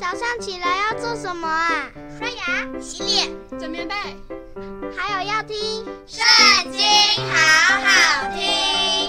早上起来要做什么啊？ 刷牙、洗脸、 整棉被， 还有要听圣经，好好听。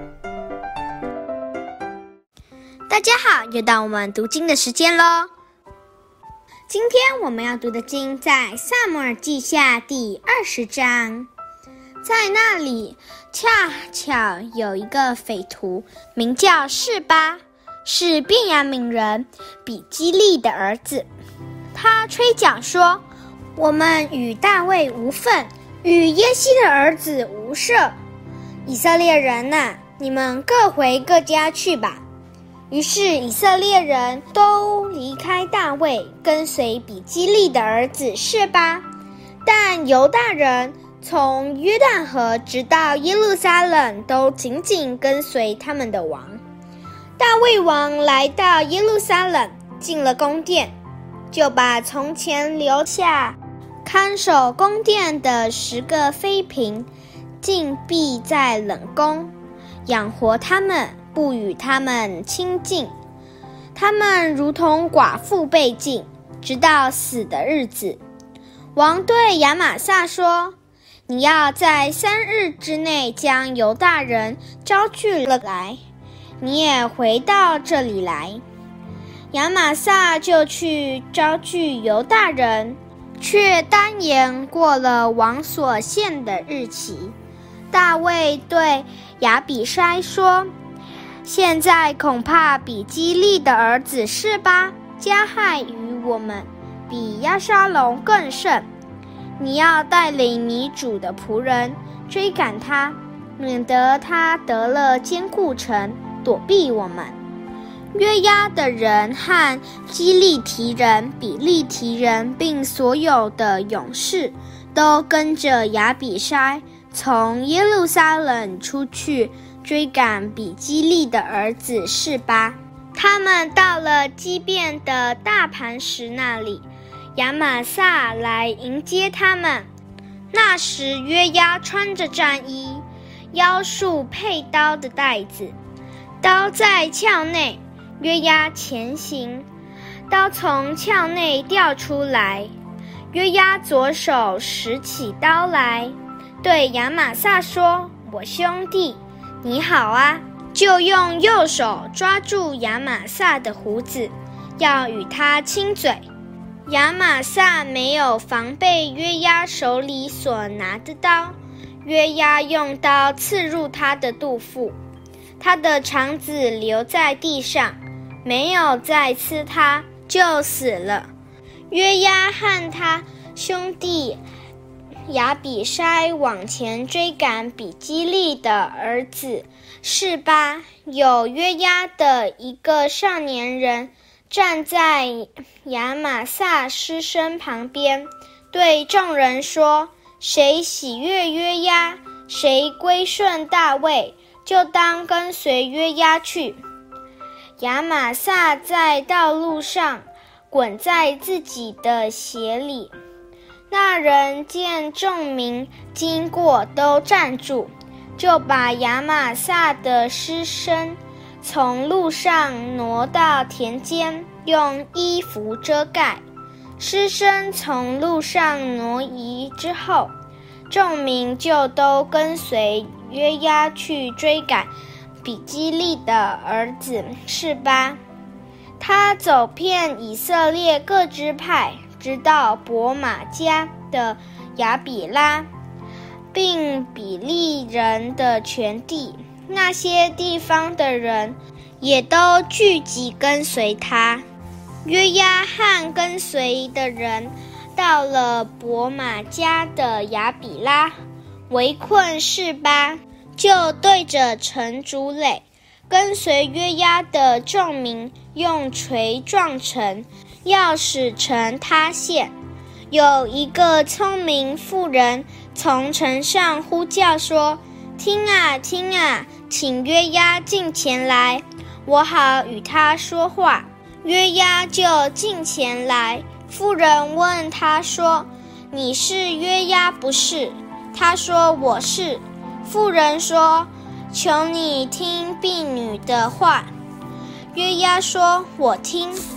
大家好，又到我们读经的时间咯。今天我们要读的经在撒母耳记下第20章。在那里恰巧有一个匪徒，名叫示巴，是便雅悯人比基利的儿子。他吹角说，我们与大卫无份，与耶西的儿子无涉。以色列人啊，你们各回各家去吧。于是以色列人都离开大卫，跟随比基利的儿子示巴。但犹大人从约旦河直到耶路撒冷都紧紧跟随他们的王。大卫王来到耶路撒冷，进了宫殿，就把从前留下看守宫殿的10个妃嫔禁闭在冷宫，养活他们，不与他们亲近。他们如同寡妇被禁，直到死的日子。王对亚玛撒说，你要在3日之内将犹大人招聚了来，你也回到这里来。亚玛撒就去招聚犹大人，却单言过了王所限的日期。大卫对亚比筛说，现在恐怕比基利的儿子示巴加害于我们，比押沙龙更甚。你要带领你主的仆人追赶他，免得他得了坚固城，躲避我们。约押的人和基利提人、比利提人并所有的勇士都跟着亚比筛从耶路撒冷出去追赶比基利的儿子示巴。他们到了基遍的大磐石那里，亚玛撒来迎接他们。那时约押穿着战衣，腰束佩刀的带子，刀在鞘内。约押前行，刀从鞘内掉出来。约押左手拾起刀来，对亚玛撒说，我兄弟，你好啊，就用右手抓住亚玛撒的胡子，要与他亲嘴。亚玛撒没有防备约押手里所拿的刀，约押用刀刺入他的肚腹，他的肠子留在地上，没有再刺他，就死了。约押和他兄弟亚比筛往前追赶比基利的儿子示巴，有约押的一个少年人站在亚玛撒尸身旁边，对众人说，谁喜悦约押，谁归顺大卫，就当跟随约押去。亚玛撒在道路上滚在自己的鞋里，那人见众民经过都站住，就把亚玛撒的尸身从路上挪到田间，用衣服遮盖。尸身从路上挪移之后，众民就都跟随约押去追赶比基利的儿子示巴。他走遍以色列各支派，直到伯玛加的亚比拉，并比利人的全地，那些地方的人也都聚集跟随他。约押和跟随的人到了伯玛加的亚比拉，围困示巴，就对着城筑垒。跟随约押的众民用锤撞城，要使城塌陷。有一个聪明妇人从城上呼叫说，听啊听啊，请约押近前来，我好与他说话。约押就近前来，妇人问他说，你是约押不是？他说，我是。妇人说，求你听婢女的话。约押说，我听。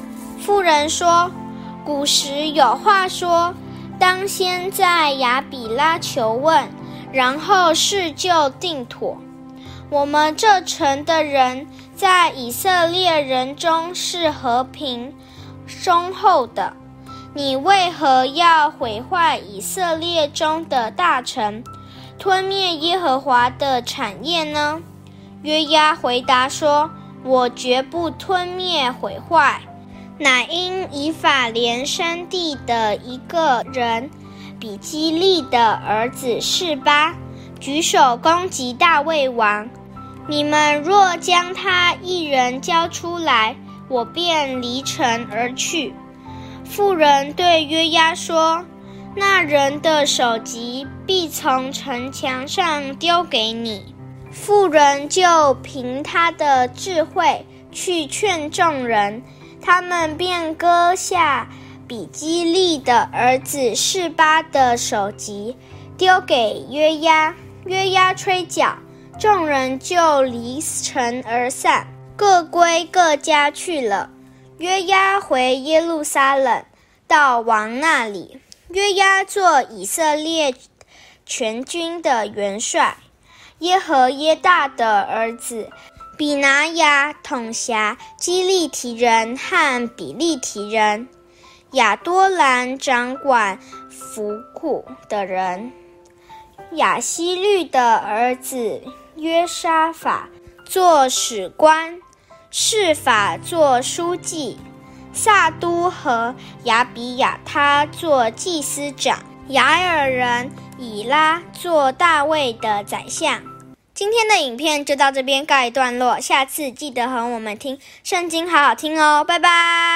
妇人说，古时有话说，当先在亚比拉求问，然后事就定妥。我们这城的人在以色列人中是和平忠厚的，你为何要毁坏以色列中的大城，吞灭耶和华的产业呢？约押回答说，我绝不吞灭毁坏，乃因以法莲山地的一个人比基利的儿子示巴举手攻击大卫王，你们若将他一人交出来，我便离城而去。妇人对约押说，那人的首级必从城墙上丢给你。妇人就凭他的智慧去劝众人，他们便割下比基利的儿子示巴的首级，丢给约押。约押吹角，众人就离城而散，各归各家去了。约押回耶路撒冷，到王那里。约押做以色列全军的元帅，耶和耶大的儿子比拿雅统辖基利提人和比利提人，亚多兰掌管府库的人，亚希律的儿子约沙法做史官，示法做书记，撒都和亚比亚他做祭司长，雅尔人以拉做大卫的宰相。今天的影片就到这边告一段落，下次记得和我们听圣经好好听哦，拜拜。